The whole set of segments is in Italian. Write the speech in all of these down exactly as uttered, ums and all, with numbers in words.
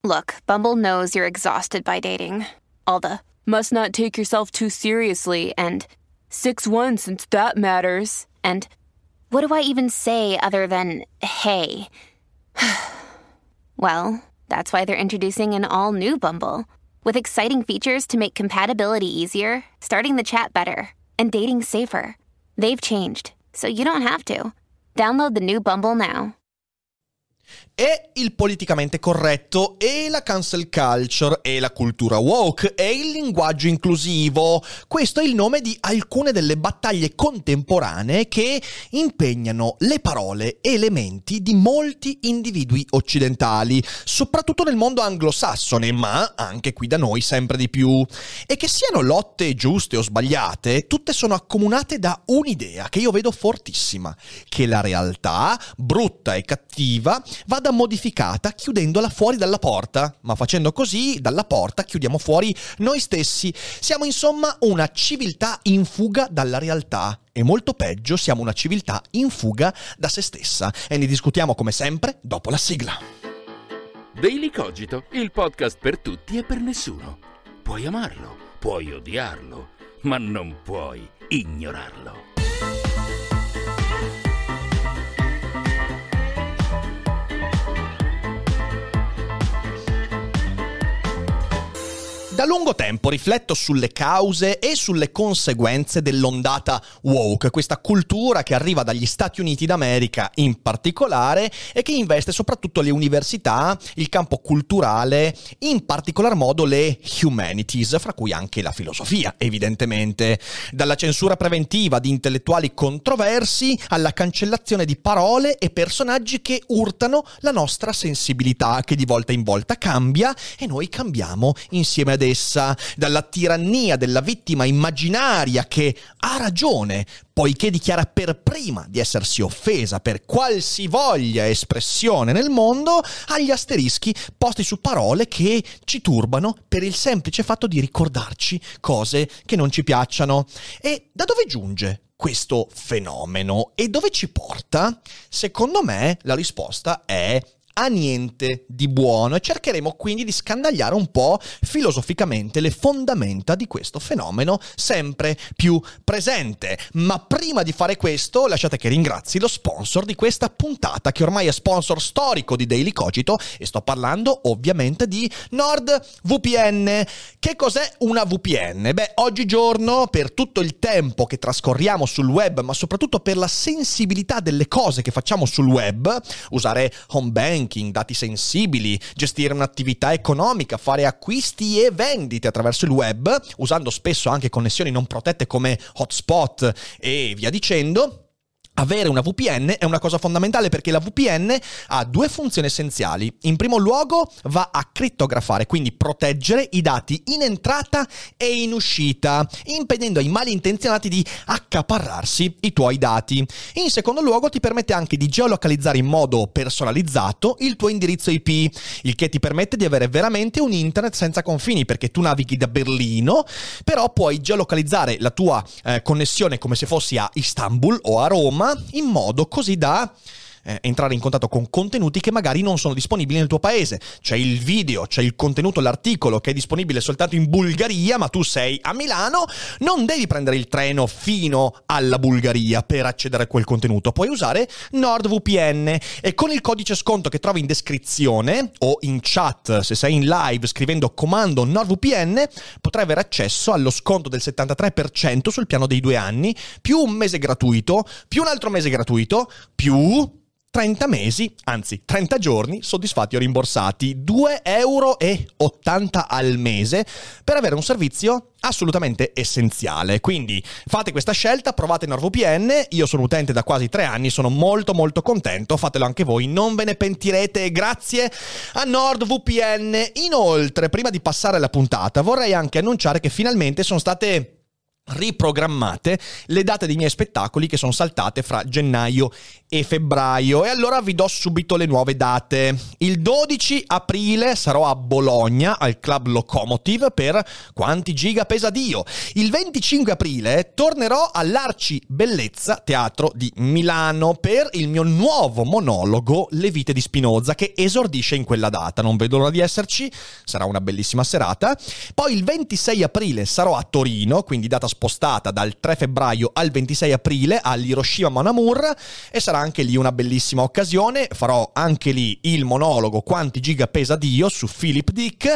Look, Bumble knows you're exhausted by dating. All the must not take yourself too seriously and six one since that matters. And what do I even say other than hey? Well, that's why they're introducing an all-new Bumble with exciting features to make compatibility easier, starting the chat better, and dating safer. They've changed, so you don't have to. Download the new Bumble now. E il politicamente corretto, e la cancel culture, e la cultura woke, e il linguaggio inclusivo. Questo è il nome di alcune delle battaglie contemporanee che impegnano le parole e le menti di molti individui occidentali, soprattutto nel mondo anglosassone, ma anche qui da noi sempre di più. E che siano lotte giuste o sbagliate, tutte sono accomunate da un'idea che io vedo fortissima: che la realtà, brutta e cattiva, vada modificata chiudendola fuori dalla porta, ma facendo così dalla porta chiudiamo fuori noi stessi. Siamo insomma una civiltà in fuga dalla realtà e molto peggio, siamo una civiltà in fuga da se stessa, e ne discutiamo come sempre dopo la sigla. Daily Cogito, il podcast per tutti e per nessuno. Puoi amarlo, puoi odiarlo, ma non puoi ignorarlo. Da lungo tempo rifletto sulle cause e sulle conseguenze dell'ondata woke, questa cultura che arriva dagli Stati Uniti d'America in particolare e che investe soprattutto le università, il campo culturale, in particolar modo le humanities, fra cui anche la filosofia, evidentemente. Dalla censura preventiva di intellettuali controversi alla cancellazione di parole e personaggi che urtano la nostra sensibilità, che di volta in volta cambia e noi cambiamo insieme ad essa. Dalla tirannia della vittima immaginaria che ha ragione poiché dichiara per prima di essersi offesa per qualsivoglia espressione nel mondo, agli asterischi posti su parole che ci turbano per il semplice fatto di ricordarci cose che non ci piacciono. E da dove giunge questo fenomeno e dove ci porta? Secondo me la risposta è a niente di buono, e cercheremo quindi di scandagliare un po' filosoficamente le fondamenta di questo fenomeno sempre più presente. Ma prima di fare questo lasciate che ringrazi lo sponsor di questa puntata, che ormai è sponsor storico di Daily Cogito, e sto parlando ovviamente di NordVPN. Che cos'è una V P N? Beh, oggigiorno, per tutto il tempo che trascorriamo sul web, ma soprattutto per la sensibilità delle cose che facciamo sul web, usare home banking, dati sensibili, gestire un'attività economica, fare acquisti e vendite attraverso il web, usando spesso anche connessioni non protette come hotspot e via dicendo. Avere una V P N è una cosa fondamentale, perché la V P N ha due funzioni essenziali. In primo luogo va a crittografare, quindi proteggere i dati in entrata e in uscita, impedendo ai malintenzionati di accaparrarsi i tuoi dati. In secondo luogo ti permette anche di geolocalizzare in modo personalizzato il tuo indirizzo I P, il che ti permette di avere veramente un internet senza confini, perché tu navighi da Berlino, però puoi geolocalizzare la tua eh, connessione come se fossi a Istanbul o a Roma, in modo così da eh, entrare in contatto con contenuti che magari non sono disponibili nel tuo paese. C'è il video, c'è il contenuto, l'articolo che è disponibile soltanto in Bulgaria, ma tu sei a Milano, non devi prendere il treno fino alla Bulgaria per accedere a quel contenuto. Puoi usare NordVPN, e con il codice sconto che trovi in descrizione o in chat se sei in live scrivendo comando NordVPN, potrai avere accesso allo sconto del settantatré per cento sul piano dei due anni, più un mese gratuito, più un altro mese gratuito, più trenta mesi, anzi trenta giorni soddisfatti o rimborsati, due euro e ottanta al mese per avere un servizio assolutamente essenziale. Quindi fate questa scelta, provate NordVPN, io sono utente da quasi tre anni, sono molto molto contento, fatelo anche voi, non ve ne pentirete, grazie a NordVPN. Inoltre, prima di passare alla puntata, vorrei anche annunciare che finalmente sono state riprogrammate le date dei miei spettacoli che sono saltate fra gennaio e febbraio, e allora vi do subito le nuove date. Il dodici aprile sarò a Bologna al Club Locomotive per Quanti giga pesa Dio. Il venticinque aprile tornerò all'Arci Bellezza Teatro di Milano per il mio nuovo monologo Le vite di Spinoza, che esordisce in quella data. Non vedo l'ora di esserci, sarà una bellissima serata. Poi il ventisei aprile sarò a Torino, quindi data spostata dal tre febbraio al ventisei aprile all'Hiroshima Mon Amour, e sarà anche lì una bellissima occasione. Farò anche lì il monologo Quanti giga pesa Dio su Philip Dick,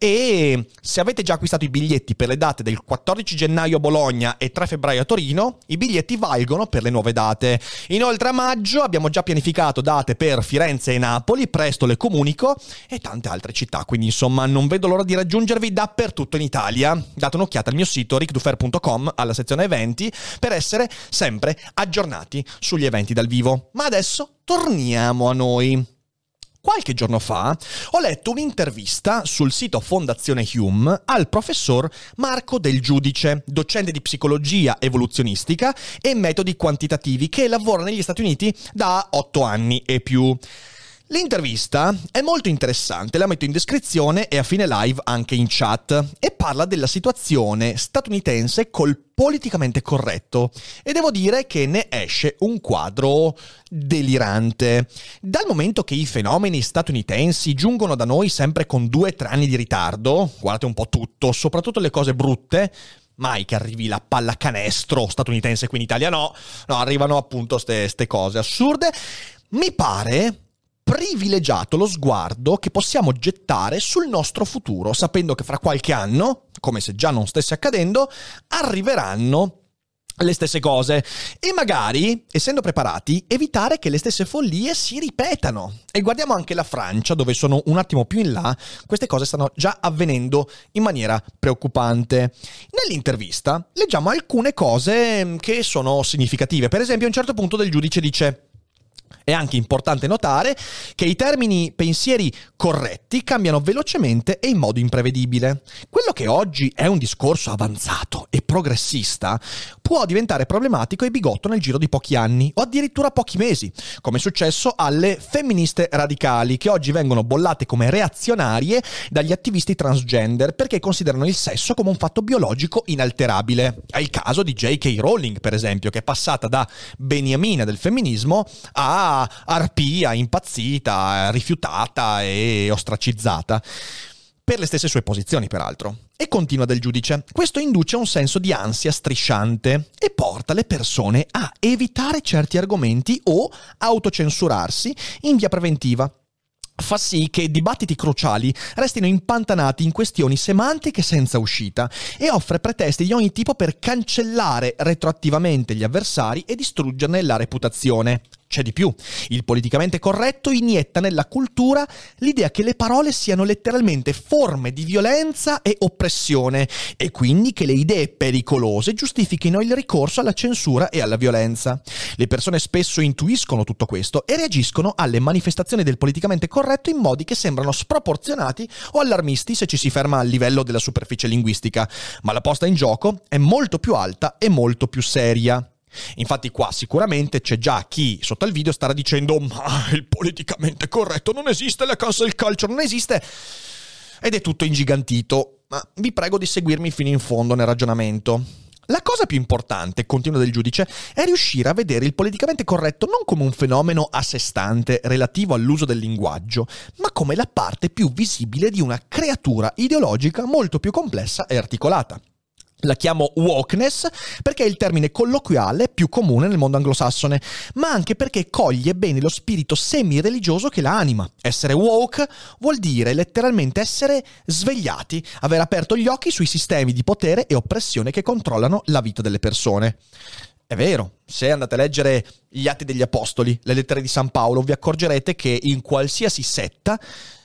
e se avete già acquistato i biglietti per le date del quattordici gennaio a Bologna e tre febbraio a Torino, i biglietti valgono per le nuove date. Inoltre a maggio abbiamo già pianificato date per Firenze e Napoli, presto le comunico, e tante altre città, quindi insomma non vedo l'ora di raggiungervi dappertutto in Italia. Date un'occhiata al mio sito ric dufer punto com, alla sezione eventi, per essere sempre aggiornati sugli eventi dal vivo. Ma adesso torniamo a noi. Qualche giorno fa ho letto un'intervista sul sito Fondazione Hume al professor Marco Del Giudice, docente di psicologia evoluzionistica e metodi quantitativi, che lavora negli Stati Uniti da otto anni e più. L'intervista è molto interessante, la metto in descrizione e a fine live anche in chat, e parla della situazione statunitense col politicamente corretto, e devo dire che ne esce un quadro delirante. Dal momento che i fenomeni statunitensi giungono da noi sempre con due o tre anni di ritardo, guardate un po' tutto, soprattutto le cose brutte, mai che arrivi la pallacanestro statunitense qui in Italia, no, no, arrivano appunto ste, ste cose assurde, mi pare privilegiato lo sguardo che possiamo gettare sul nostro futuro, sapendo che fra qualche anno, come se già non stesse accadendo, arriveranno le stesse cose, e magari, essendo preparati, evitare che le stesse follie si ripetano. E guardiamo anche la Francia, dove sono un attimo più in là, queste cose stanno già avvenendo in maniera preoccupante. Nell'intervista leggiamo alcune cose che sono significative. Per esempio, a un certo punto Del Giudice dice: è anche importante notare che i termini pensieri corretti cambiano velocemente e in modo imprevedibile. Quello che oggi è un discorso avanzato e progressista può diventare problematico e bigotto nel giro di pochi anni o addirittura pochi mesi, come è successo alle femministe radicali, che oggi vengono bollate come reazionarie dagli attivisti transgender perché considerano il sesso come un fatto biologico inalterabile. È il caso di J K Rowling, per esempio, che è passata da beniamina del femminismo a arpia, impazzita, rifiutata e ostracizzata, per le stesse sue posizioni peraltro. E continua Del Giudice: questo induce un senso di ansia strisciante e porta le persone a evitare certi argomenti o autocensurarsi in via preventiva. Fa sì che dibattiti cruciali restino impantanati in questioni semantiche senza uscita, e offre pretesti di ogni tipo per cancellare retroattivamente gli avversari e distruggerne la reputazione. C'è di più: il politicamente corretto inietta nella cultura l'idea che le parole siano letteralmente forme di violenza e oppressione, e quindi che le idee pericolose giustifichino il ricorso alla censura e alla violenza. Le persone spesso intuiscono tutto questo e reagiscono alle manifestazioni del politicamente corretto in modi che sembrano sproporzionati o allarmisti se ci si ferma al livello della superficie linguistica, ma la posta in gioco è molto più alta e molto più seria. Infatti qua sicuramente c'è già chi sotto il video starà dicendo: ma il politicamente corretto non esiste, la cancel culture non esiste, ed è tutto ingigantito. Ma vi prego di seguirmi fino in fondo nel ragionamento. La cosa più importante, continua Del Giudice, è riuscire a vedere il politicamente corretto non come un fenomeno a sé stante relativo all'uso del linguaggio, ma come la parte più visibile di una creatura ideologica molto più complessa e articolata. La chiamo wokeness perché è il termine colloquiale più comune nel mondo anglosassone, ma anche perché coglie bene lo spirito semi-religioso che la anima. Essere woke vuol dire letteralmente essere svegliati, aver aperto gli occhi sui sistemi di potere e oppressione che controllano la vita delle persone. È vero, se andate a leggere gli Atti degli Apostoli, le lettere di San Paolo, vi accorgerete che in qualsiasi setta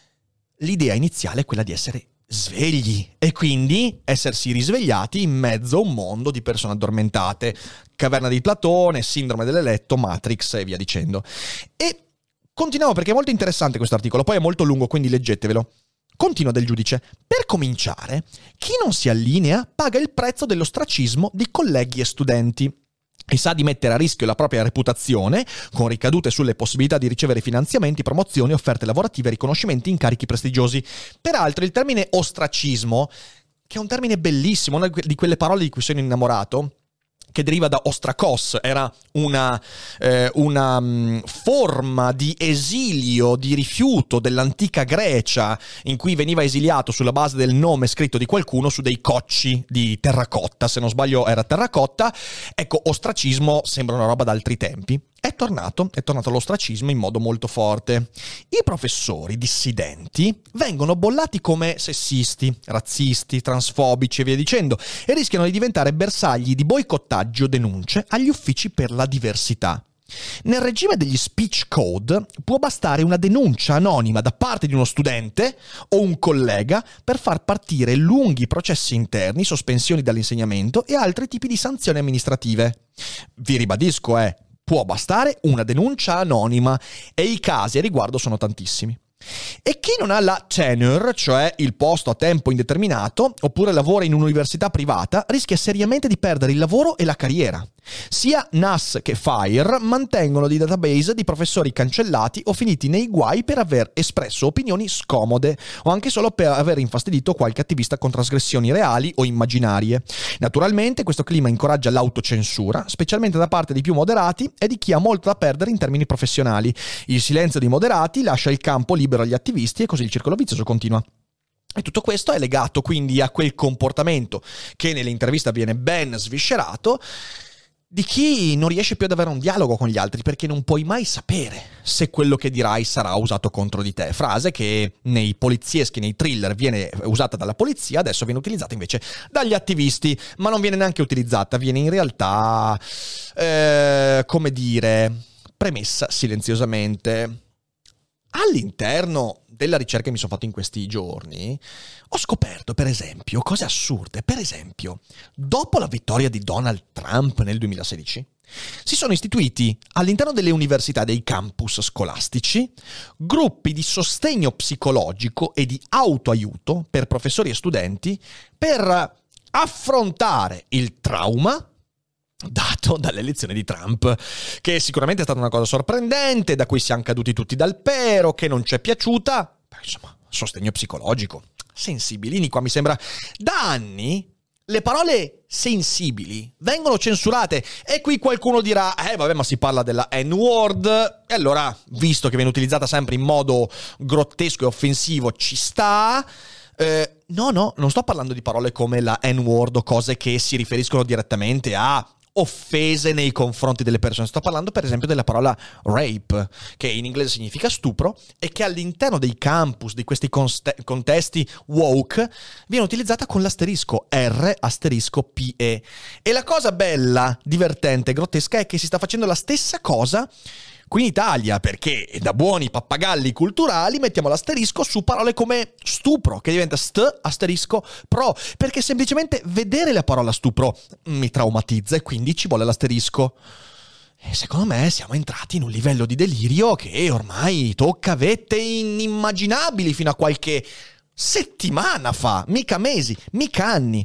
l'idea iniziale è quella di essere svegli e quindi essersi risvegliati in mezzo a un mondo di persone addormentate. Caverna di Platone, Sindrome dell'eletto, Matrix e via dicendo. E continuiamo perché è molto interessante questo articolo, poi è molto lungo, quindi leggetevelo. Continua del giudice. Per cominciare, chi non si allinea paga il prezzo dell'ostracismo di colleghi e studenti e sa di mettere a rischio la propria reputazione, con ricadute sulle possibilità di ricevere finanziamenti, promozioni, offerte lavorative, riconoscimenti, incarichi prestigiosi. Peraltro il termine ostracismo, che è un termine bellissimo, una di quelle parole di cui sono innamorato, che deriva da ostrakos, era una, eh, una um, forma di esilio, di rifiuto dell'antica Grecia, in cui veniva esiliato sulla base del nome scritto di qualcuno su dei cocci di terracotta, se non sbaglio era terracotta. Ecco, ostracismo sembra una roba d'altri tempi. È tornato, è tornato l'ostracismo in modo molto forte. I professori dissidenti vengono bollati come sessisti, razzisti, transfobici e via dicendo, e rischiano di diventare bersagli di boicottaggio o denunce agli uffici per la diversità. Nel regime degli speech code può bastare una denuncia anonima da parte di uno studente o un collega per far partire lunghi processi interni, sospensioni dall'insegnamento e altri tipi di sanzioni amministrative. Vi ribadisco, eh, può bastare una denuncia anonima, e i casi a riguardo sono tantissimi. E chi non ha la tenure, cioè il posto a tempo indeterminato, oppure lavora in un'università privata, rischia seriamente di perdere il lavoro e la carriera. Sia N A S che FIRE mantengono dei database di professori cancellati o finiti nei guai per aver espresso opinioni scomode o anche solo per aver infastidito qualche attivista con trasgressioni reali o immaginarie. Naturalmente questo clima incoraggia l'autocensura, specialmente da parte dei più moderati e di chi ha molto da perdere in termini professionali. Il silenzio dei moderati lascia il campo libero agli attivisti e così il circolo vizioso continua. E tutto questo è legato quindi a quel comportamento che nell'intervista viene ben sviscerato, di chi non riesce più ad avere un dialogo con gli altri perché non puoi mai sapere se quello che dirai sarà usato contro di te. Frase che nei polizieschi, nei thriller viene usata dalla polizia, adesso viene utilizzata invece dagli attivisti, ma non viene neanche utilizzata, viene in realtà, eh, come dire, premessa silenziosamente. All'interno della ricerca che mi sono fatto in questi giorni, ho scoperto, per esempio, cose assurde. Per esempio, dopo la vittoria di Donald Trump nel duemilasedici, si sono istituiti all'interno delle università, dei campus scolastici, gruppi di sostegno psicologico e di autoaiuto per professori e studenti per affrontare il trauma dato dall'elezione di Trump, che sicuramente è stata una cosa sorprendente, da cui siamo caduti tutti dal pero, che non ci è piaciuta. Beh, insomma, sostegno psicologico. Sensibilini, qua mi sembra. Da anni le parole sensibili vengono censurate e qui qualcuno dirà eh vabbè, ma si parla della N-word, e allora, visto che viene utilizzata sempre in modo grottesco e offensivo, ci sta. Eh, no, no, non sto parlando di parole come la N-word o cose che si riferiscono direttamente a offese nei confronti delle persone. Sto parlando per esempio della parola rape, che in inglese significa stupro e che all'interno dei campus, di questi conste- contesti woke, viene utilizzata con l'asterisco R asterisco P E. E la cosa bella, divertente, grottesca è che si sta facendo la stessa cosa qui in Italia, perché da buoni pappagalli culturali mettiamo l'asterisco su parole come stupro, che diventa st asterisco pro, perché semplicemente vedere la parola stupro mi traumatizza e quindi ci vuole l'asterisco. E secondo me siamo entrati in un livello di delirio che ormai tocca vette inimmaginabili fino a qualche settimana fa, mica mesi, mica anni.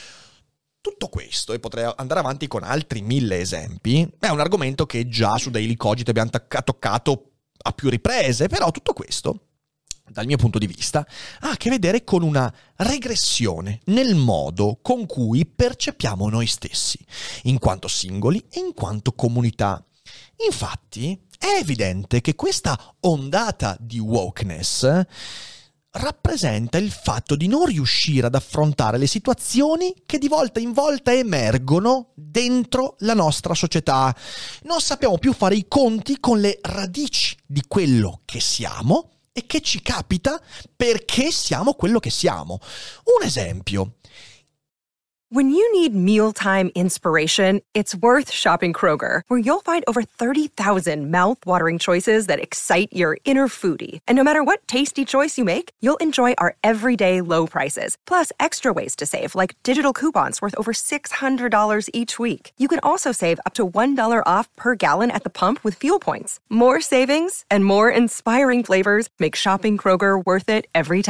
Tutto questo, e potrei andare avanti con altri mille esempi, è un argomento che già su Daily Cogito abbiamo toccato a più riprese, però tutto questo, dal mio punto di vista, ha a che vedere con una regressione nel modo con cui percepiamo noi stessi, in quanto singoli e in quanto comunità. Infatti, è evidente che questa ondata di wokeness rappresenta il fatto di non riuscire ad affrontare le situazioni che di volta in volta emergono dentro la nostra società. Non sappiamo più fare i conti con le radici di quello che siamo e che ci capita perché siamo quello che siamo. Un esempio. When you need mealtime inspiration, it's worth shopping Kroger, where you'll find over thirty thousand mouth-watering choices that excite your inner foodie. And no matter what tasty choice you make, you'll enjoy our everyday low prices, plus extra ways to save, like digital coupons worth over six hundred dollars each week. You can also save up to one dollar off per gallon at the pump with fuel points. More savings and more inspiring flavors make shopping Kroger worth it every time.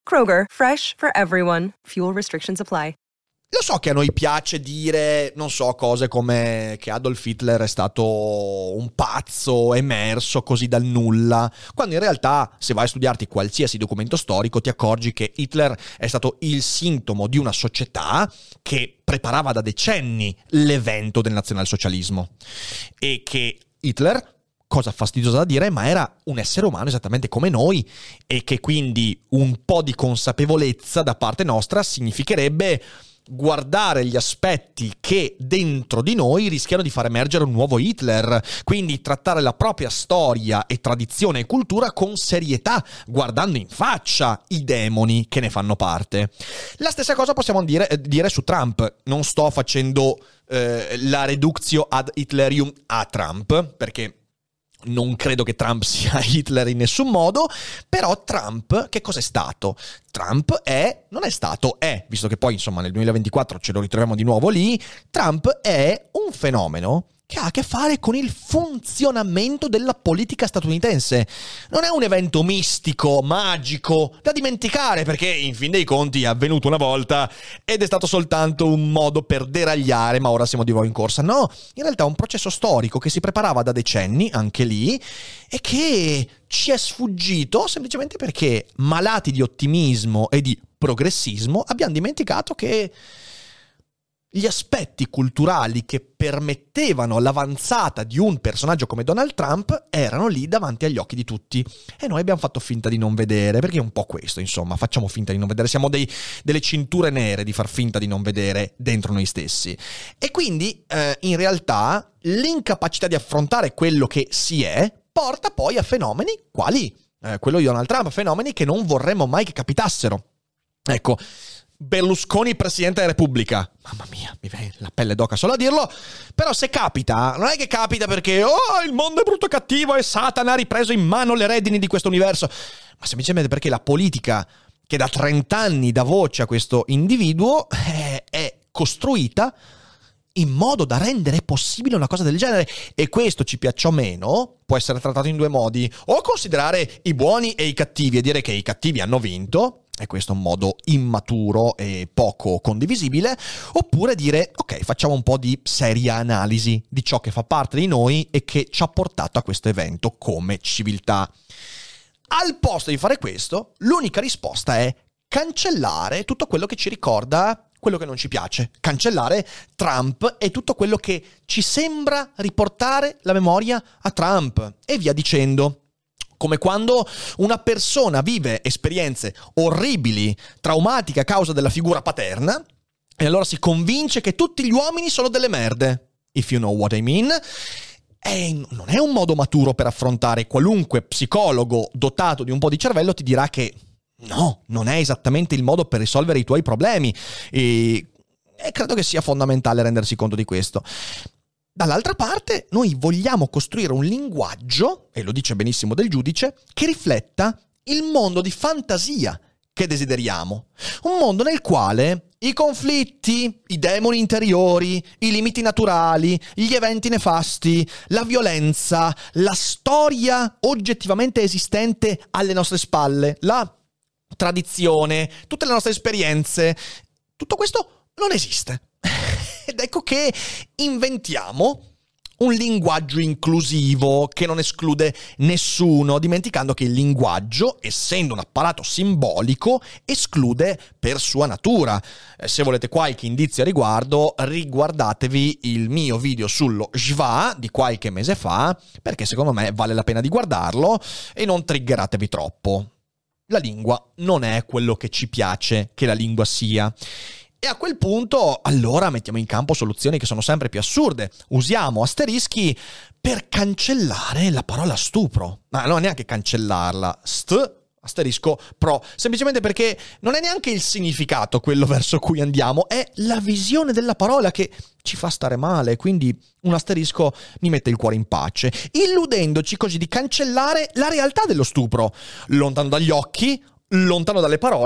Kroger, fresh for everyone. Fuel restrictions apply. Lo so che a noi piace dire, non so, cose come che Adolf Hitler è stato un pazzo emerso così dal nulla, quando in realtà, se vai a studiarti qualsiasi documento storico, ti accorgi che Hitler è stato il sintomo di una società che preparava da decenni l'evento del nazionalsocialismo e che Hitler, cosa fastidiosa da dire, ma era un essere umano esattamente come noi e che quindi un po' di consapevolezza da parte nostra significherebbe guardare gli aspetti che dentro di noi rischiano di far emergere un nuovo Hitler, quindi trattare la propria storia e tradizione e cultura con serietà, guardando in faccia i demoni che ne fanno parte. La stessa cosa possiamo dire, dire su Trump. Non sto facendo eh, la reductio ad Hitlerium a Trump, perché non credo che Trump sia Hitler in nessun modo, però Trump che cosa è stato? Trump è, non è stato, è, visto che poi insomma nel duemilaventiquattro ce lo ritroviamo di nuovo lì, Trump è un fenomeno che ha a che fare con il funzionamento della politica statunitense. Non è un evento mistico, magico, da dimenticare, perché in fin dei conti è avvenuto una volta ed è stato soltanto un modo per deragliare, ma ora siamo di nuovo in corsa. No, in realtà è un processo storico che si preparava da decenni, anche lì, e che ci è sfuggito semplicemente perché, malati di ottimismo e di progressismo, abbiamo dimenticato che gli aspetti culturali che permettevano l'avanzata di un personaggio come Donald Trump erano lì davanti agli occhi di tutti e noi abbiamo fatto finta di non vedere, perché è un po' questo, insomma, facciamo finta di non vedere, siamo dei, delle cinture nere di far finta di non vedere dentro noi stessi. E quindi eh, in realtà l'incapacità di affrontare quello che si è porta poi a fenomeni quali eh, quello di Donald Trump, fenomeni che non vorremmo mai che capitassero. Ecco, Berlusconi Presidente della Repubblica. Mamma mia, mi viene la pelle d'oca solo a dirlo. Però se capita, non è che capita perché oh, il mondo è brutto e cattivo e Satana ha ripreso in mano le redini di questo universo, ma semplicemente perché la politica, che da trent'anni dà voce a questo individuo, è, è costruita in modo da rendere possibile una cosa del genere. E questo, ci piaccia o meno, può essere trattato in due modi: o considerare i buoni e i cattivi e dire che i cattivi hanno vinto, e questo è un modo immaturo e poco condivisibile, oppure dire ok, facciamo un po' di seria analisi di ciò che fa parte di noi e che ci ha portato a questo evento come civiltà. Al posto di fare questo, l'unica risposta è cancellare tutto quello che ci ricorda quello che non ci piace, cancellare Trump e tutto quello che ci sembra riportare la memoria a Trump e via dicendo. Come quando una persona vive esperienze orribili, traumatiche a causa della figura paterna, e allora si convince che tutti gli uomini sono delle merde. If you know what I mean. E non è un modo maturo per affrontare. Qualunque psicologo dotato di un po' di cervello ti dirà che no, non è esattamente il modo per risolvere i tuoi problemi. E, e credo che sia fondamentale rendersi conto di questo. Dall'altra parte, noi vogliamo costruire un linguaggio, e lo dice benissimo Del Giudice, che rifletta il mondo di fantasia che desideriamo. Un mondo nel quale i conflitti, i demoni interiori, i limiti naturali, gli eventi nefasti, la violenza, la storia oggettivamente esistente alle nostre spalle, la tradizione, tutte le nostre esperienze, tutto questo non esiste. Ed ecco che inventiamo un linguaggio inclusivo che non esclude nessuno, dimenticando che il linguaggio, essendo un apparato simbolico, esclude per sua natura. Eh, se volete qualche indizio a riguardo, riguardatevi il mio video sullo Shva di qualche mese fa, perché secondo me vale la pena di guardarlo e non triggeratevi troppo. La lingua non è quello che ci piace che la lingua sia. E a quel punto, allora, mettiamo in campo soluzioni che sono sempre più assurde. Usiamo asterischi per cancellare la parola stupro. Ma non neanche cancellarla. St, asterisco, pro. Semplicemente perché non è neanche il significato quello verso cui andiamo, è la visione della parola che ci fa stare male. Quindi un asterisco mi mette il cuore in pace, illudendoci così di cancellare la realtà dello stupro. Lontano dagli occhi, lontano dalle parole,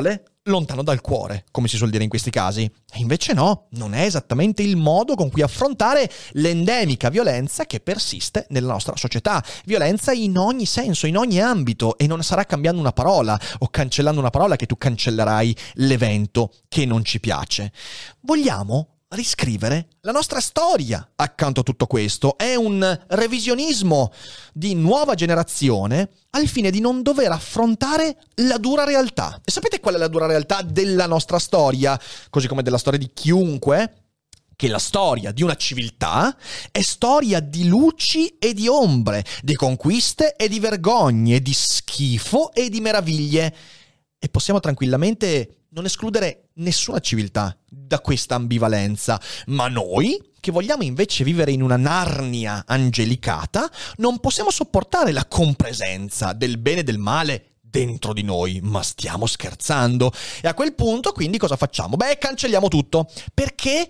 lontano dal cuore, come si suol dire in questi casi. E invece no, non è esattamente il modo con cui affrontare l'endemica violenza che persiste nella nostra società. Violenza in ogni senso, in ogni ambito, e non sarà cambiando una parola o cancellando una parola che tu cancellerai l'evento che non ci piace. Vogliamo riscrivere la nostra storia accanto a tutto questo. È un revisionismo di nuova generazione al fine di non dover affrontare la dura realtà. E sapete qual è la dura realtà della nostra storia, così come della storia di chiunque? Che la storia di una civiltà è storia di luci e di ombre, di conquiste e di vergogne, di schifo e di meraviglie. E possiamo tranquillamente non escludere nessuna civiltà da questa ambivalenza, ma noi, che vogliamo invece vivere in una Narnia angelicata, non possiamo sopportare la compresenza del bene e del male dentro di noi. Ma stiamo scherzando? E a quel punto, quindi, cosa facciamo? Beh, cancelliamo tutto, perché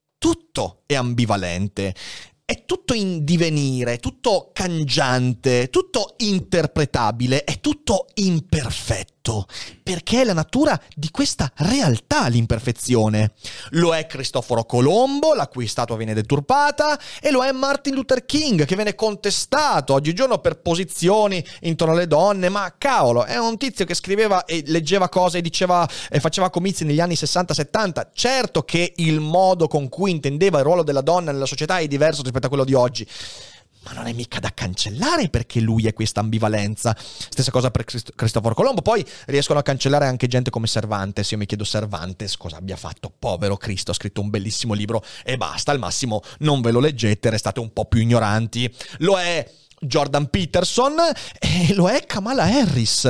tutto è ambivalente. È tutto in divenire, tutto cangiante, tutto interpretabile, è tutto imperfetto, perché è la natura di questa realtà l'imperfezione. Lo è Cristoforo Colombo, la cui statua viene deturpata, e lo è Martin Luther King, che viene contestato oggigiorno per posizioni intorno alle donne. Ma cavolo, è un tizio che scriveva e leggeva cose e diceva e faceva comizi negli anni sessanta settanta. Certo che il modo con cui intendeva il ruolo della donna nella società è diverso rispetto a quello di oggi, ma non è mica da cancellare perché lui è questa ambivalenza. Stessa cosa per Crist- Cristoforo Colombo. Poi riescono a cancellare anche gente come Cervantes. Io mi chiedo Cervantes cosa abbia fatto. Povero Cristo, ha scritto un bellissimo libro e basta, al massimo non ve lo leggete, restate un po' più ignoranti. Lo è Jordan Peterson e lo è Kamala Harris.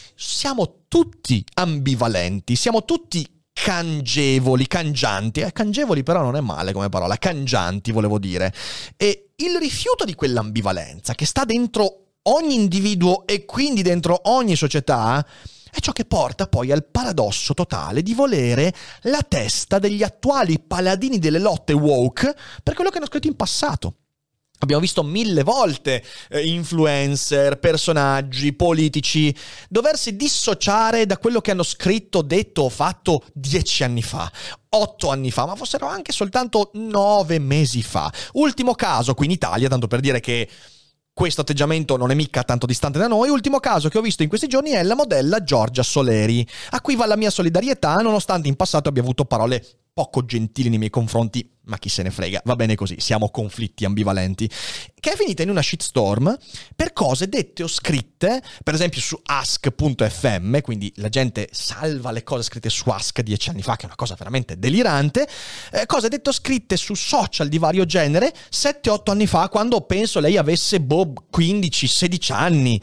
Siamo tutti ambivalenti, siamo tutti cangevoli, cangianti. Eh, cangevoli però non è male come parola, cangianti volevo dire. E il rifiuto di quell'ambivalenza che sta dentro ogni individuo e quindi dentro ogni società è ciò che porta poi al paradosso totale di volere la testa degli attuali paladini delle lotte woke per quello che hanno scritto in passato. Abbiamo visto mille volte eh, influencer, personaggi, politici doversi dissociare da quello che hanno scritto, detto o fatto dieci anni fa, otto anni fa, ma fossero anche soltanto nove mesi fa. Ultimo caso qui in Italia, tanto per dire che questo atteggiamento non è mica tanto distante da noi. Ultimo caso che ho visto in questi giorni è la modella Giorgia Soleri, a cui va la mia solidarietà, nonostante in passato abbia avuto parole poco gentili nei miei confronti, ma chi se ne frega, va bene così, siamo conflitti ambivalenti, che è finita in una shitstorm per cose dette o scritte, per esempio su ask punto effe emme, quindi la gente salva le cose scritte su Ask dieci anni fa, che è una cosa veramente delirante, eh, cose dette o scritte su social di vario genere sette otto anni fa, quando penso lei avesse boh, quindici sedici anni,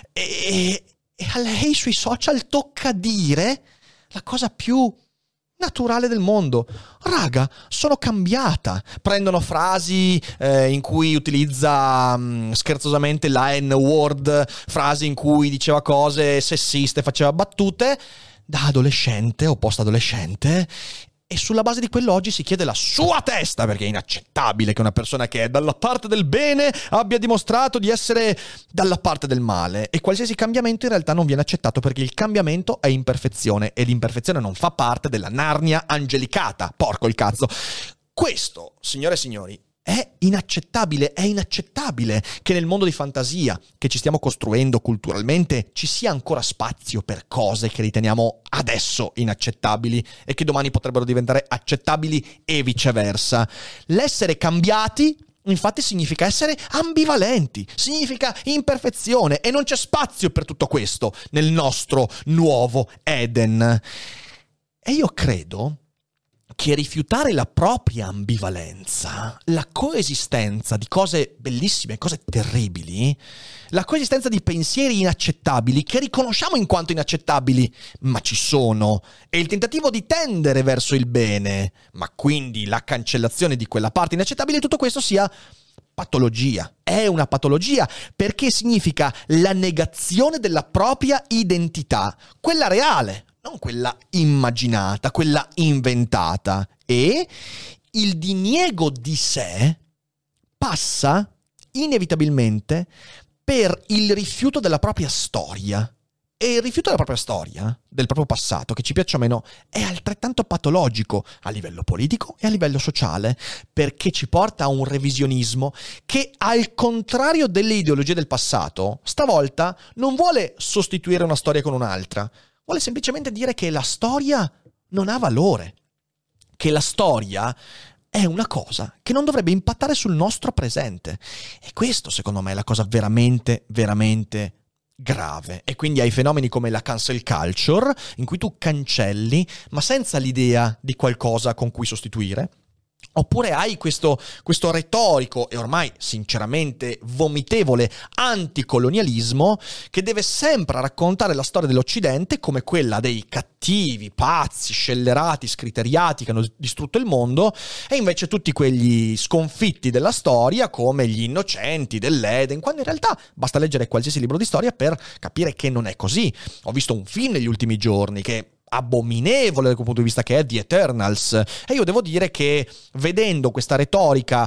e, e a lei sui social tocca dire la cosa più naturale del mondo: raga, sono cambiata. Prendono frasi eh, in cui utilizza mh, scherzosamente la N-word, frasi in cui diceva cose sessiste, faceva battute da adolescente o post-adolescente, e sulla base di quello oggi si chiede la sua testa, perché è inaccettabile che una persona che è dalla parte del bene abbia dimostrato di essere dalla parte del male. E qualsiasi cambiamento in realtà non viene accettato, perché il cambiamento è imperfezione e l'imperfezione non fa parte della Narnia angelicata. Porco il cazzo. Questo, signore e signori, è inaccettabile, è inaccettabile che nel mondo di fantasia che ci stiamo costruendo culturalmente ci sia ancora spazio per cose che riteniamo adesso inaccettabili e che domani potrebbero diventare accettabili e viceversa. L'essere cambiati, infatti, significa essere ambivalenti, significa imperfezione, e non c'è spazio per tutto questo nel nostro nuovo Eden. E io credo che rifiutare la propria ambivalenza, la coesistenza di cose bellissime e cose terribili, la coesistenza di pensieri inaccettabili che riconosciamo in quanto inaccettabili, ma ci sono, e il tentativo di tendere verso il bene, ma quindi la cancellazione di quella parte inaccettabile, tutto questo sia patologia. È una patologia perché significa la negazione della propria identità, quella reale, non quella immaginata, quella inventata. E il diniego di sé passa inevitabilmente per il rifiuto della propria storia. E il rifiuto della propria storia, del proprio passato, che ci piaccia o meno, è altrettanto patologico a livello politico e a livello sociale, perché ci porta a un revisionismo che, al contrario delle ideologie del passato, stavolta non vuole sostituire una storia con un'altra, vuole semplicemente dire che la storia non ha valore, che la storia è una cosa che non dovrebbe impattare sul nostro presente. E questo, secondo me, è la cosa veramente, veramente grave. E quindi hai fenomeni come la cancel culture, in cui tu cancelli, ma senza l'idea di qualcosa con cui sostituire. Oppure hai questo, questo retorico e ormai sinceramente vomitevole anticolonialismo che deve sempre raccontare la storia dell'Occidente come quella dei cattivi, pazzi, scellerati, scriteriati che hanno distrutto il mondo, e invece tutti quegli sconfitti della storia come gli innocenti dell'Eden, quando in realtà basta leggere qualsiasi libro di storia per capire che non è così. Ho visto un film negli ultimi giorni che abominevole dal punto di vista, che è The Eternals, e io devo dire che vedendo questa retorica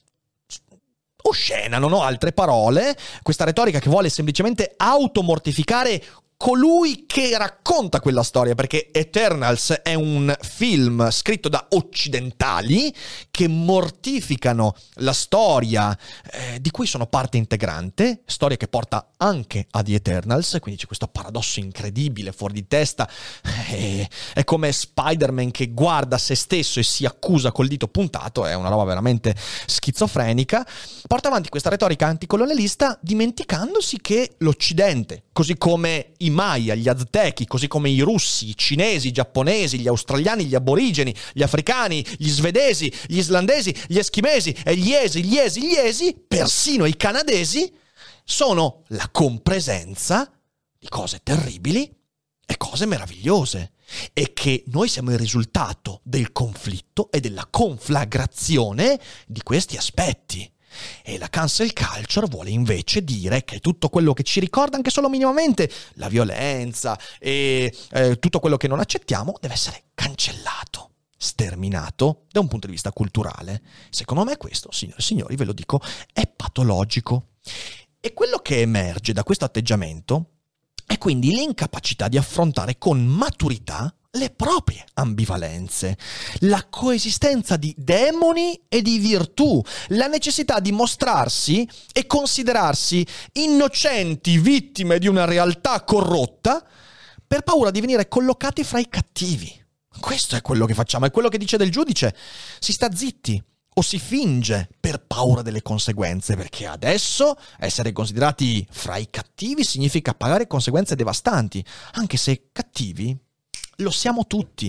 oscena, non ho altre parole, questa retorica che vuole semplicemente automortificare colui che racconta quella storia, perché Eternals è un film scritto da occidentali che mortificano la storia eh, di cui sono parte integrante, storia che porta anche a The Eternals, quindi c'è questo paradosso incredibile, fuori di testa, eh, è come Spider-Man che guarda se stesso e si accusa col dito puntato, è una roba veramente schizofrenica. Porta avanti questa retorica anticolonialista dimenticandosi che l'Occidente, così come i Maya, gli Aztechi, così come i russi, i cinesi, i giapponesi, gli australiani, gli aborigeni, gli africani, gli svedesi, gli islandesi, gli eschimesi, e gli esi, gli esi, gli esi, persino i canadesi, sono la compresenza di cose terribili e cose meravigliose, e che noi siamo il risultato del conflitto e della conflagrazione di questi aspetti. E la cancel culture vuole invece dire che tutto quello che ci ricorda anche solo minimamente la violenza e eh, tutto quello che non accettiamo deve essere cancellato, sterminato da un punto di vista culturale. Secondo me questo, signore e signori, ve lo dico, è patologico. E quello che emerge da questo atteggiamento è quindi l'incapacità di affrontare con maturità le proprie ambivalenze, la coesistenza di demoni e di virtù, la necessità di mostrarsi e considerarsi innocenti vittime di una realtà corrotta per paura di venire collocati fra i cattivi. Questo è quello che facciamo, è quello che dice del giudice. Si sta zitti o si finge per paura delle conseguenze, perché adesso essere considerati fra i cattivi significa pagare conseguenze devastanti, anche se cattivi lo siamo tutti.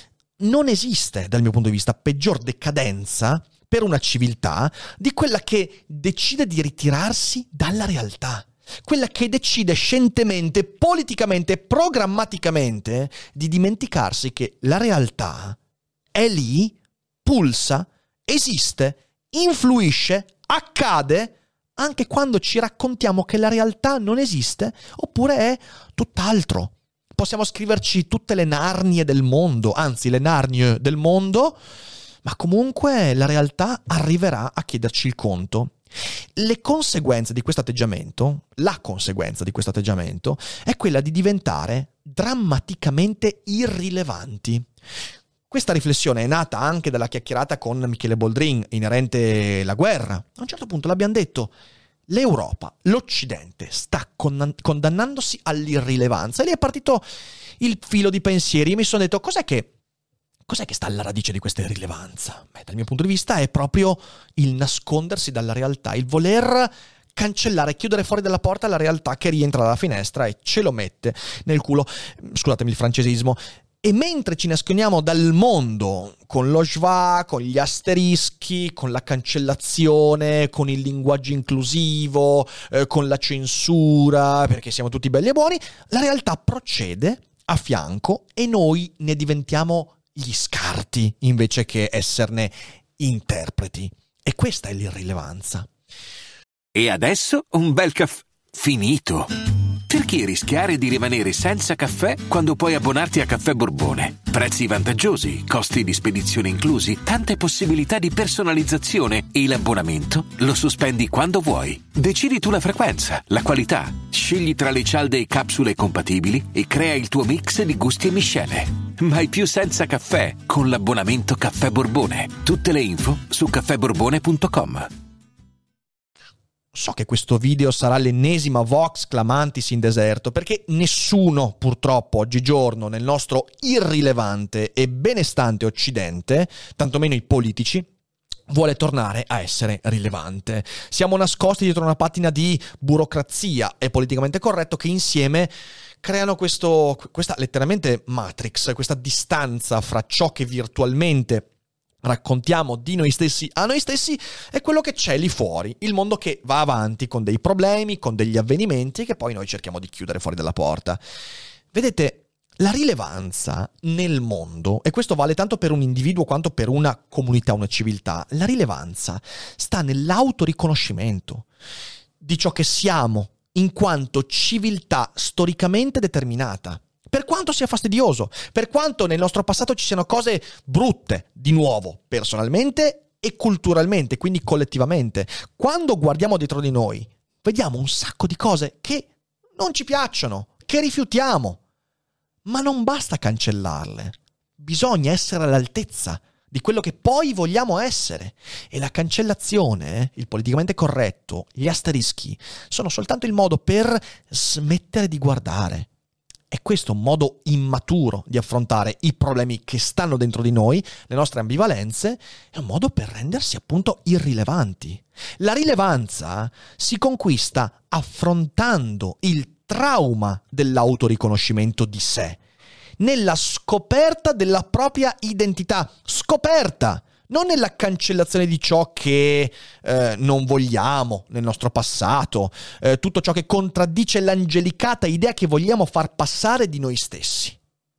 Non esiste, dal mio punto di vista, peggior decadenza per una civiltà di quella che decide di ritirarsi dalla realtà, quella che decide scientemente, politicamente, programmaticamente di dimenticarsi che la realtà è lì, pulsa, esiste, influisce, accade, anche quando ci raccontiamo che la realtà non esiste oppure è tutt'altro. Possiamo scriverci tutte le Narnie del mondo, anzi le Narnie del mondo, ma comunque la realtà arriverà a chiederci il conto. Le conseguenze di questo atteggiamento, la conseguenza di questo atteggiamento, è quella di diventare drammaticamente irrilevanti. Questa riflessione è nata anche dalla chiacchierata con Michele Boldrin, inerente alla guerra. A un certo punto l'abbiamo detto, l'Europa, l'Occidente sta con- condannandosi all'irrilevanza, e lì è partito il filo di pensieri e mi sono detto cos'è che, cos'è che sta alla radice di questa irrilevanza? Beh, dal mio punto di vista è proprio il nascondersi dalla realtà, il voler cancellare, chiudere fuori dalla porta la realtà che rientra dalla finestra e ce lo mette nel culo, scusatemi il francesismo. E mentre ci nascondiamo dal mondo con lo schwa, con gli asterischi, con la cancellazione, con il linguaggio inclusivo, eh, con la censura, perché siamo tutti belli e buoni, la realtà procede a fianco e noi ne diventiamo gli scarti invece che esserne interpreti. E questa è l'irrilevanza. E adesso un bel caffè finito. Perché rischiare di rimanere senza caffè quando puoi abbonarti a Caffè Borbone? Prezzi vantaggiosi, costi di spedizione inclusi, tante possibilità di personalizzazione e l'abbonamento lo sospendi quando vuoi. Decidi tu la frequenza, la qualità, scegli tra le cialde e capsule compatibili e crea il tuo mix di gusti e miscele. Mai più senza caffè con l'abbonamento Caffè Borbone. Tutte le info su caffè borbone punto com. So che questo video sarà l'ennesima vox clamantis in deserto, perché nessuno purtroppo oggigiorno nel nostro irrilevante e benestante occidente, tantomeno i politici, vuole tornare a essere rilevante. Siamo nascosti dietro una patina di burocrazia e politicamente corretto che insieme creano questo, questa letteralmente matrix, questa distanza fra ciò che virtualmente raccontiamo di noi stessi a noi stessi e quello che c'è lì fuori, il mondo che va avanti con dei problemi, con degli avvenimenti che poi noi cerchiamo di chiudere fuori dalla porta. Vedete, la rilevanza nel mondo, e questo vale tanto per un individuo quanto per una comunità, una civiltà, la rilevanza sta nell'autoriconoscimento di ciò che siamo in quanto civiltà storicamente determinata. Per quanto sia fastidioso, per quanto nel nostro passato ci siano cose brutte, di nuovo, personalmente e culturalmente, quindi collettivamente, quando guardiamo dietro di noi, vediamo un sacco di cose che non ci piacciono, che rifiutiamo. Ma non basta cancellarle, bisogna essere all'altezza di quello che poi vogliamo essere. E la cancellazione, il politicamente corretto, gli asterischi, sono soltanto il modo per smettere di guardare. E questo è un modo immaturo di affrontare i problemi che stanno dentro di noi, le nostre ambivalenze, è un modo per rendersi appunto irrilevanti. La rilevanza si conquista affrontando il trauma dell'autoriconoscimento di sé, nella scoperta della propria identità, scoperta, non nella cancellazione di ciò che eh, non vogliamo nel nostro passato, eh, tutto ciò che contraddice l'angelicata idea che vogliamo far passare di noi stessi.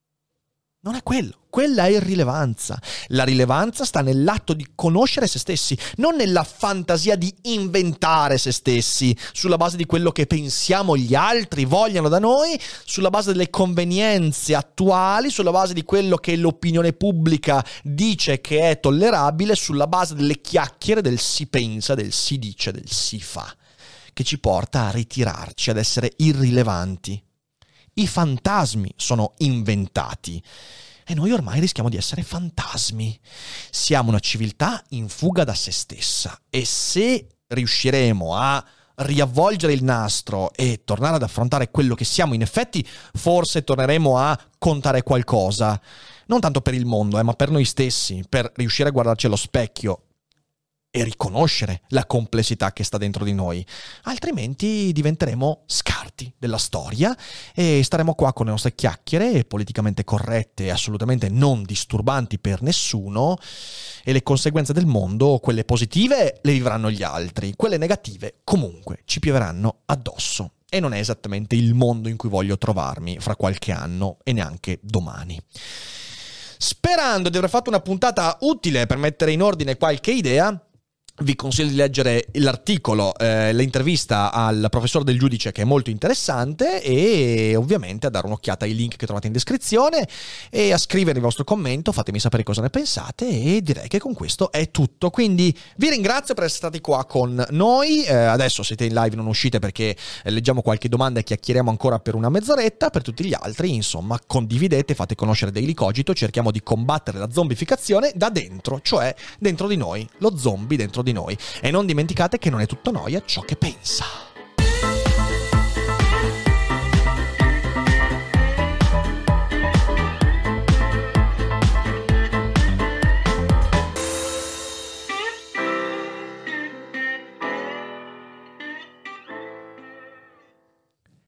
Non è quello, quella è irrilevanza. La rilevanza sta nell'atto di conoscere se stessi, non nella fantasia di inventare se stessi, sulla base di quello che pensiamo gli altri vogliano da noi, sulla base delle convenienze attuali, sulla base di quello che l'opinione pubblica dice che è tollerabile, sulla base delle chiacchiere del si pensa, del si dice, del si fa, che ci porta a ritirarci, ad essere irrilevanti. I fantasmi sono inventati e noi ormai rischiamo di essere fantasmi. Siamo una civiltà in fuga da se stessa e se riusciremo a riavvolgere il nastro e tornare ad affrontare quello che siamo in effetti, forse torneremo a contare qualcosa, non tanto per il mondo, eh, ma per noi stessi, per riuscire a guardarci allo specchio e riconoscere la complessità che sta dentro di noi. Altrimenti diventeremo scarti della storia e staremo qua con le nostre chiacchiere politicamente corrette e assolutamente non disturbanti per nessuno, e le conseguenze del mondo, quelle positive, le vivranno gli altri, quelle negative comunque ci pioveranno addosso. E non è esattamente il mondo in cui voglio trovarmi fra qualche anno e neanche domani. Sperando di aver fatto una puntata utile per mettere in ordine qualche idea, vi consiglio di leggere l'articolo, eh, l'intervista al professor Del Giudice, che è molto interessante, e ovviamente a dare un'occhiata ai link che trovate in descrizione e a scrivere il vostro commento, fatemi sapere cosa ne pensate, e direi che con questo è tutto. Quindi vi ringrazio per essere stati qua con noi, eh, adesso siete in live, non uscite perché eh, leggiamo qualche domanda e chiacchieriamo ancora per una mezz'oretta. Per tutti gli altri, insomma, condividete, fate conoscere Daily Cogito, cerchiamo di combattere la zombificazione da dentro, cioè dentro di noi, lo zombie dentro di noi, e non dimenticate che non è tutto noia ciò che pensa.